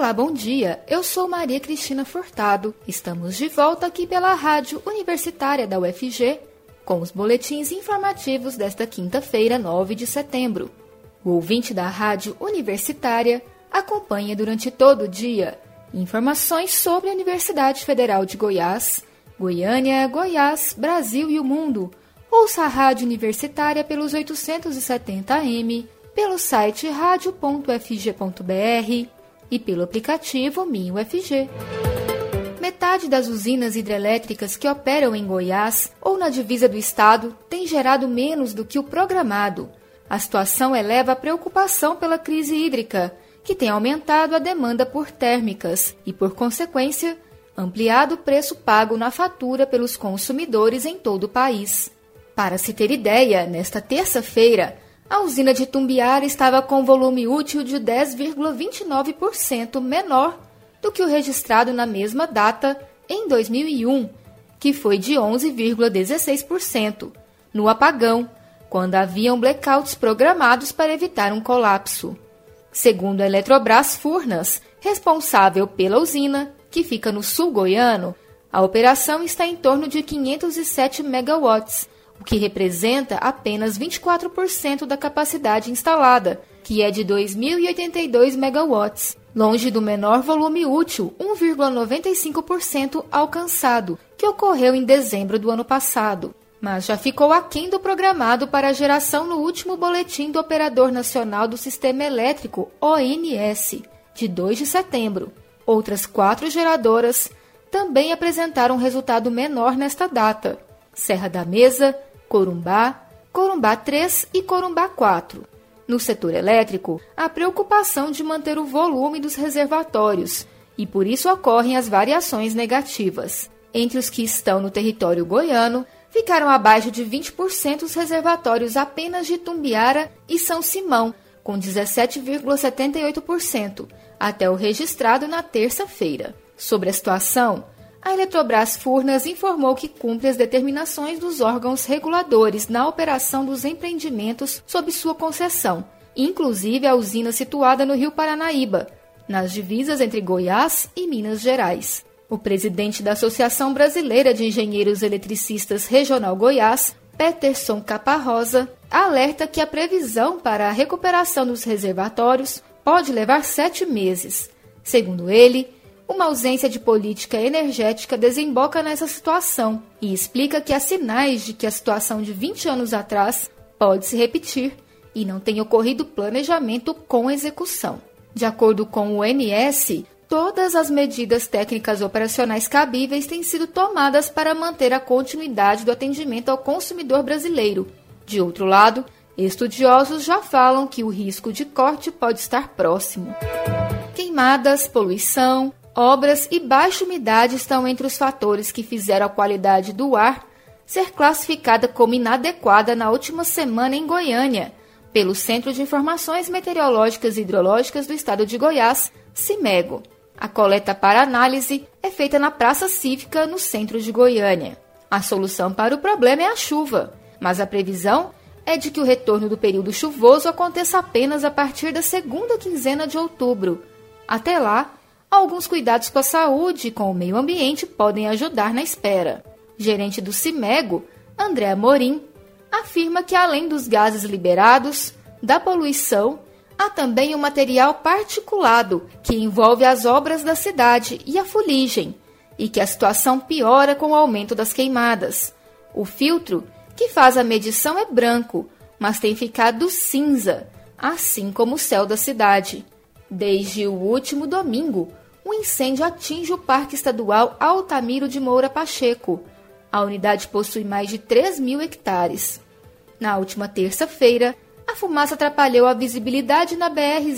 Olá, bom dia. Eu sou Maria Cristina Furtado. Estamos de volta aqui pela Rádio Universitária da UFG com os boletins informativos desta quinta-feira, 9 de setembro. O ouvinte da Rádio Universitária acompanha durante todo o dia informações sobre a Universidade Federal de Goiás, Goiânia, Goiás, Brasil e o mundo. Ouça a Rádio Universitária pelos 870 AM, pelo site radio.fg.br e pelo aplicativo MinUFG. Metade das usinas hidrelétricas que operam em Goiás ou na divisa do estado tem gerado menos do que o programado. A situação eleva a preocupação pela crise hídrica, que tem aumentado a demanda por térmicas e, por consequência, ampliado o preço pago na fatura pelos consumidores em todo o país. Para se ter ideia, nesta terça-feira, a usina de Itumbiara estava com volume útil de 10,29% menor do que o registrado na mesma data em 2001, que foi de 11,16%, no apagão, quando haviam blackouts programados para evitar um colapso. Segundo a Eletrobras Furnas, responsável pela usina, que fica no sul goiano, a operação está em torno de 507 megawatts, o que representa apenas 24% da capacidade instalada, que é de 2.082 megawatts, longe do menor volume útil, 1,95% alcançado, que ocorreu em dezembro do ano passado. Mas já ficou aquém do programado para a geração no último boletim do Operador Nacional do Sistema Elétrico, ONS, de 2 de setembro. Outras 4 geradoras também apresentaram resultado menor nesta data: Serra da Mesa, Corumbá, Corumbá 3 e Corumbá 4. No setor elétrico, há preocupação de manter o volume dos reservatórios e por isso ocorrem as variações negativas. Entre os que estão no território goiano, ficaram abaixo de 20% os reservatórios apenas de Itumbiara e São Simão, com 17,78%, até o registrado na terça-feira. Sobre a situação, a Eletrobras Furnas informou que cumpre as determinações dos órgãos reguladores na operação dos empreendimentos sob sua concessão, inclusive a usina situada no Rio Paranaíba, nas divisas entre Goiás e Minas Gerais. O presidente da Associação Brasileira de Engenheiros Eletricistas Regional Goiás, Peterson Caparrosa, alerta que a previsão para a recuperação dos reservatórios pode levar 7 meses. Segundo ele, uma ausência de política energética desemboca nessa situação e explica que há sinais de que a situação de 20 anos atrás pode se repetir e não tem ocorrido planejamento com execução. De acordo com o ONS, todas as medidas técnicas operacionais cabíveis têm sido tomadas para manter a continuidade do atendimento ao consumidor brasileiro. De outro lado, estudiosos já falam que o risco de corte pode estar próximo. Queimadas, poluição, obras e baixa umidade estão entre os fatores que fizeram a qualidade do ar ser classificada como inadequada na última semana em Goiânia, pelo Centro de Informações Meteorológicas e Hidrológicas do Estado de Goiás, CIMEGO. A coleta para análise é feita na Praça Cívica, no centro de Goiânia. A solução para o problema é a chuva, mas a previsão é de que o retorno do período chuvoso aconteça apenas a partir da segunda quinzena de outubro. Até lá, alguns cuidados com a saúde e com o meio ambiente podem ajudar na espera. Gerente do CIMEGO, André Amorim, afirma que além dos gases liberados, da poluição, há também um material particulado que envolve as obras da cidade e a fuligem, e que a situação piora com o aumento das queimadas. O filtro, que faz a medição, é branco, mas tem ficado cinza, assim como o céu da cidade. Desde o último domingo, um incêndio atinge o Parque Estadual Altamiro de Moura Pacheco. A unidade possui mais de 3.000 hectares. Na última terça-feira, a fumaça atrapalhou a visibilidade na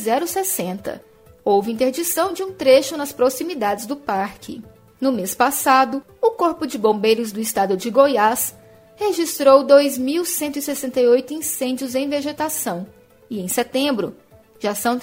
BR-060. Houve interdição de um trecho nas proximidades do parque. No mês passado, o Corpo de Bombeiros do Estado de Goiás registrou 2.168 incêndios em vegetação e, em setembro, já são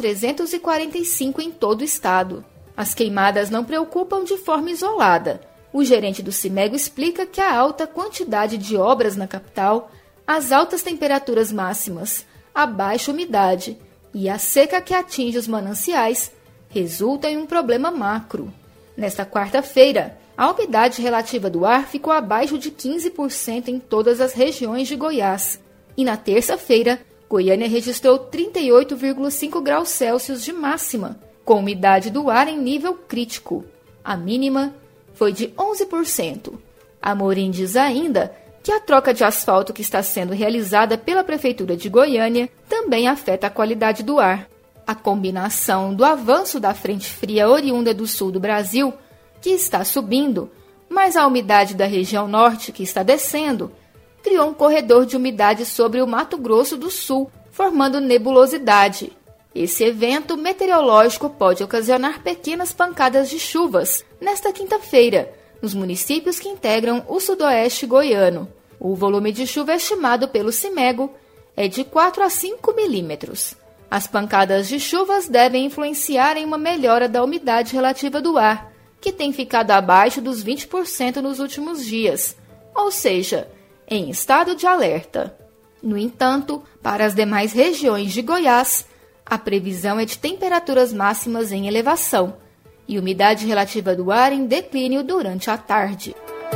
345 em todo o estado. As queimadas não preocupam de forma isolada. O gerente do CIMEGO explica que a alta quantidade de obras na capital, as altas temperaturas máximas, a baixa umidade e a seca que atinge os mananciais resulta em um problema macro. Nesta quarta-feira, a umidade relativa do ar ficou abaixo de 15% em todas as regiões de Goiás. E na terça-feira, Goiânia registrou 38,5 graus Celsius de máxima, com umidade do ar em nível crítico. A mínima foi de 11%. Amorim diz ainda que a troca de asfalto que está sendo realizada pela Prefeitura de Goiânia também afeta a qualidade do ar. A combinação do avanço da frente fria oriunda do sul do Brasil, que está subindo, mais a umidade da região norte, que está descendo, criou um corredor de umidade sobre o Mato Grosso do Sul, formando nebulosidade. Esse evento meteorológico pode ocasionar pequenas pancadas de chuvas nesta quinta-feira, nos municípios que integram o sudoeste goiano. O volume de chuva estimado pelo CIMEGO é de 4 a 5 milímetros. As pancadas de chuvas devem influenciar em uma melhora da umidade relativa do ar, que tem ficado abaixo dos 20% nos últimos dias, ou seja, em estado de alerta. No entanto, para as demais regiões de Goiás, a previsão é de temperaturas máximas em elevação e umidade relativa do ar em declínio durante a tarde.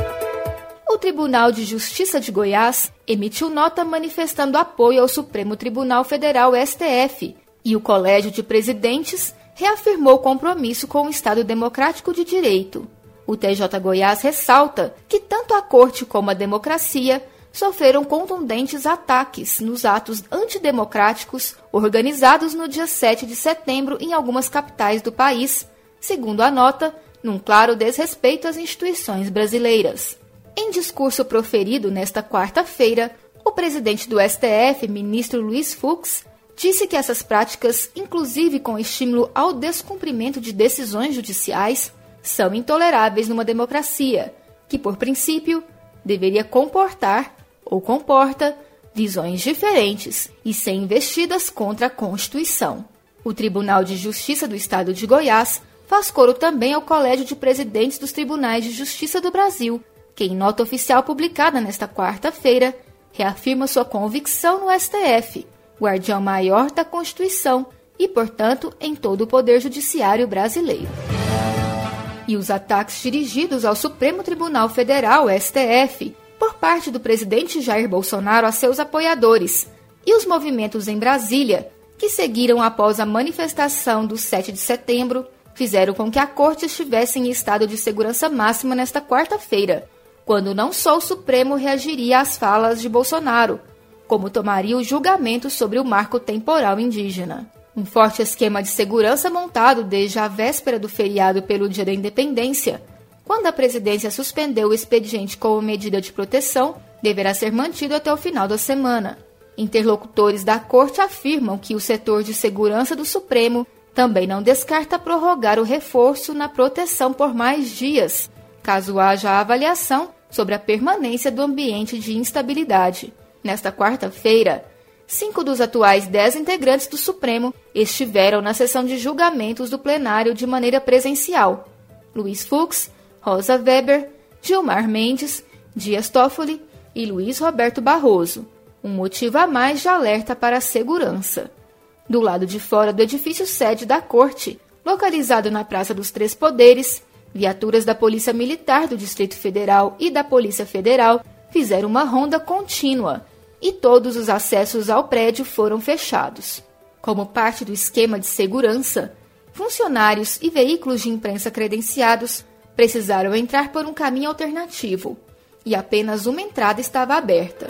O Tribunal de Justiça de Goiás emitiu nota manifestando apoio ao Supremo Tribunal Federal, STF, e o Colégio de Presidentes reafirmou compromisso com o Estado Democrático de Direito. O TJ Goiás ressalta que tanto a Corte como a democracia sofreram contundentes ataques nos atos antidemocráticos organizados no dia 7 de setembro em algumas capitais do país, segundo a nota, num claro desrespeito às instituições brasileiras. Em discurso proferido nesta quarta-feira, o presidente do STF, ministro Luiz Fux, disse que essas práticas, inclusive com estímulo ao descumprimento de decisões judiciais, são intoleráveis numa democracia, que, por princípio, deveria comportar ou comporta visões diferentes e ser investidas contra a Constituição. O Tribunal de Justiça do Estado de Goiás faz coro também ao Colégio de Presidentes dos Tribunais de Justiça do Brasil, que, em nota oficial publicada nesta quarta-feira, reafirma sua convicção no STF, guardião maior da Constituição e, portanto, em todo o Poder Judiciário brasileiro. E os ataques dirigidos ao Supremo Tribunal Federal, STF, por parte do presidente Jair Bolsonaro a seus apoiadores, e os movimentos em Brasília, que seguiram após a manifestação do 7 de setembro, fizeram com que a Corte estivesse em estado de segurança máxima nesta quarta-feira, quando não só o Supremo reagiria às falas de Bolsonaro, como tomaria o julgamento sobre o marco temporal indígena. Um forte esquema de segurança montado desde a véspera do feriado pelo Dia da Independência, quando a presidência suspendeu o expediente como medida de proteção, deverá ser mantido até o final da semana. Interlocutores da Corte afirmam que o setor de segurança do Supremo também não descarta prorrogar o reforço na proteção por mais dias, caso haja avaliação sobre a permanência do ambiente de instabilidade. Nesta quarta-feira, 5 dos atuais 10 integrantes do Supremo estiveram na sessão de julgamentos do plenário de maneira presencial. Luiz Fux, Rosa Weber, Gilmar Mendes, Dias Toffoli e Luiz Roberto Barroso, um motivo a mais de alerta para a segurança. Do lado de fora do edifício sede da Corte, localizado na Praça dos Três Poderes, viaturas da Polícia Militar do Distrito Federal e da Polícia Federal fizeram uma ronda contínua e todos os acessos ao prédio foram fechados. Como parte do esquema de segurança, funcionários e veículos de imprensa credenciados precisaram entrar por um caminho alternativo e apenas uma entrada estava aberta.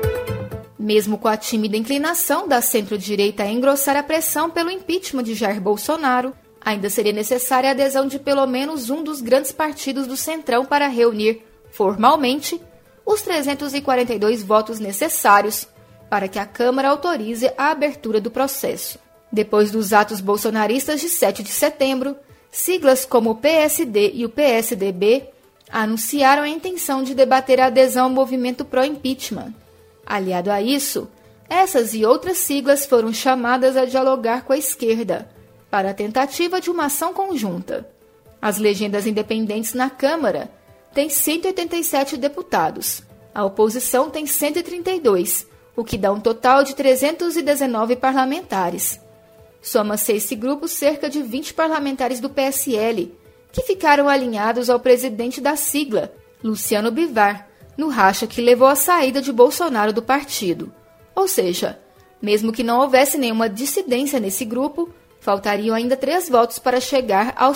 Mesmo com a tímida inclinação da centro-direita a engrossar a pressão pelo impeachment de Jair Bolsonaro, ainda seria necessária a adesão de pelo menos um dos grandes partidos do Centrão para reunir, formalmente, os 342 votos necessários para que a Câmara autorize a abertura do processo. Depois dos atos bolsonaristas de 7 de setembro, siglas como o PSD e o PSDB anunciaram a intenção de debater a adesão ao movimento pró-impeachment. Aliado a isso, essas e outras siglas foram chamadas a dialogar com a esquerda, para a tentativa de uma ação conjunta. As legendas independentes na Câmara têm 187 deputados, a oposição tem 132, o que dá um total de 319 parlamentares. Soma-se a esse grupo cerca de 20 parlamentares do PSL, que ficaram alinhados ao presidente da sigla, Luciano Bivar, no racha que levou à saída de Bolsonaro do partido. Ou seja, mesmo que não houvesse nenhuma dissidência nesse grupo, faltariam ainda 3 votos para chegar aos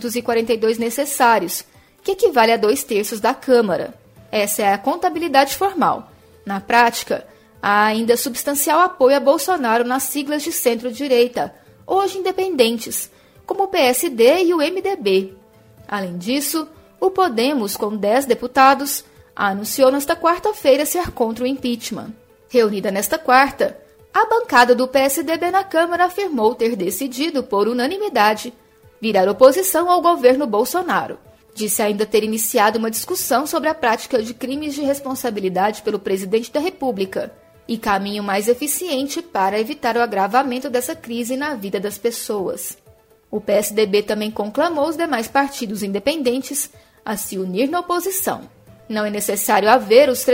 342 necessários, que equivale a 2/3 da Câmara. Essa é a contabilidade formal. Na prática, há ainda substancial apoio a Bolsonaro nas siglas de centro-direita, hoje independentes, como o PSD e o MDB. Além disso, o Podemos, com 10 deputados, anunciou nesta quarta-feira ser contra o impeachment. Reunida nesta quarta, a bancada do PSDB na Câmara afirmou ter decidido, por unanimidade, virar oposição ao governo Bolsonaro. Disse ainda ter iniciado uma discussão sobre a prática de crimes de responsabilidade pelo presidente da República e caminho mais eficiente para evitar o agravamento dessa crise na vida das pessoas. O PSDB também conclamou os demais partidos independentes a se unir na oposição. Não é necessário haver os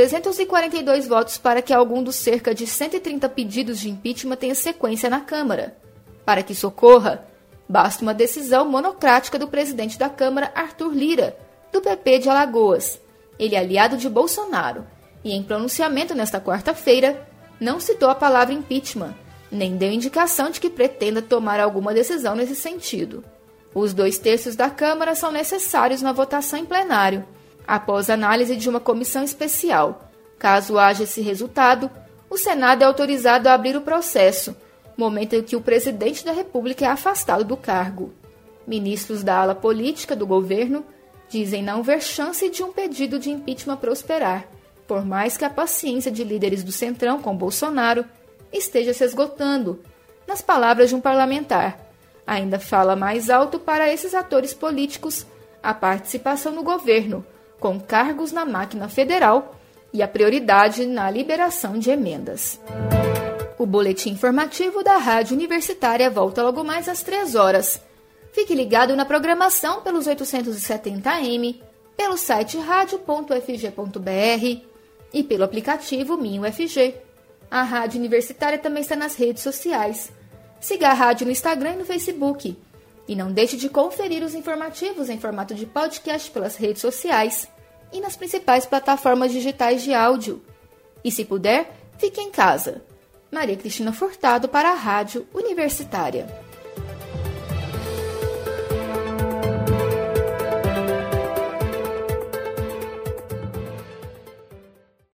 342 votos para que algum dos cerca de 130 pedidos de impeachment tenha sequência na Câmara. Para que isso ocorra, basta uma decisão monocrática do presidente da Câmara, Arthur Lira, do PP de Alagoas. Ele é aliado de Bolsonaro e, em pronunciamento nesta quarta-feira, não citou a palavra impeachment, nem deu indicação de que pretenda tomar alguma decisão nesse sentido. Os 2/3 da Câmara são necessários na votação em plenário, após análise de uma comissão especial. Caso haja esse resultado, o Senado é autorizado a abrir o processo, momento em que o presidente da República é afastado do cargo. Ministros da ala política do governo dizem não ver chance de um pedido de impeachment prosperar, por mais que a paciência de líderes do Centrão com Bolsonaro esteja se esgotando. Nas palavras de um parlamentar, ainda fala mais alto para esses atores políticos a participação no governo, com cargos na máquina federal e a prioridade na liberação de emendas. O boletim informativo da Rádio Universitária volta logo mais às 3 horas. Fique ligado na programação pelos 870 AM, pelo site radio.ufg.br e pelo aplicativo MinUFG. A Rádio Universitária também está nas redes sociais. Siga a rádio no Instagram e no Facebook. E não deixe de conferir os informativos em formato de podcast pelas redes sociais e nas principais plataformas digitais de áudio. E se puder, fique em casa. Maria Cristina Furtado para a Rádio Universitária.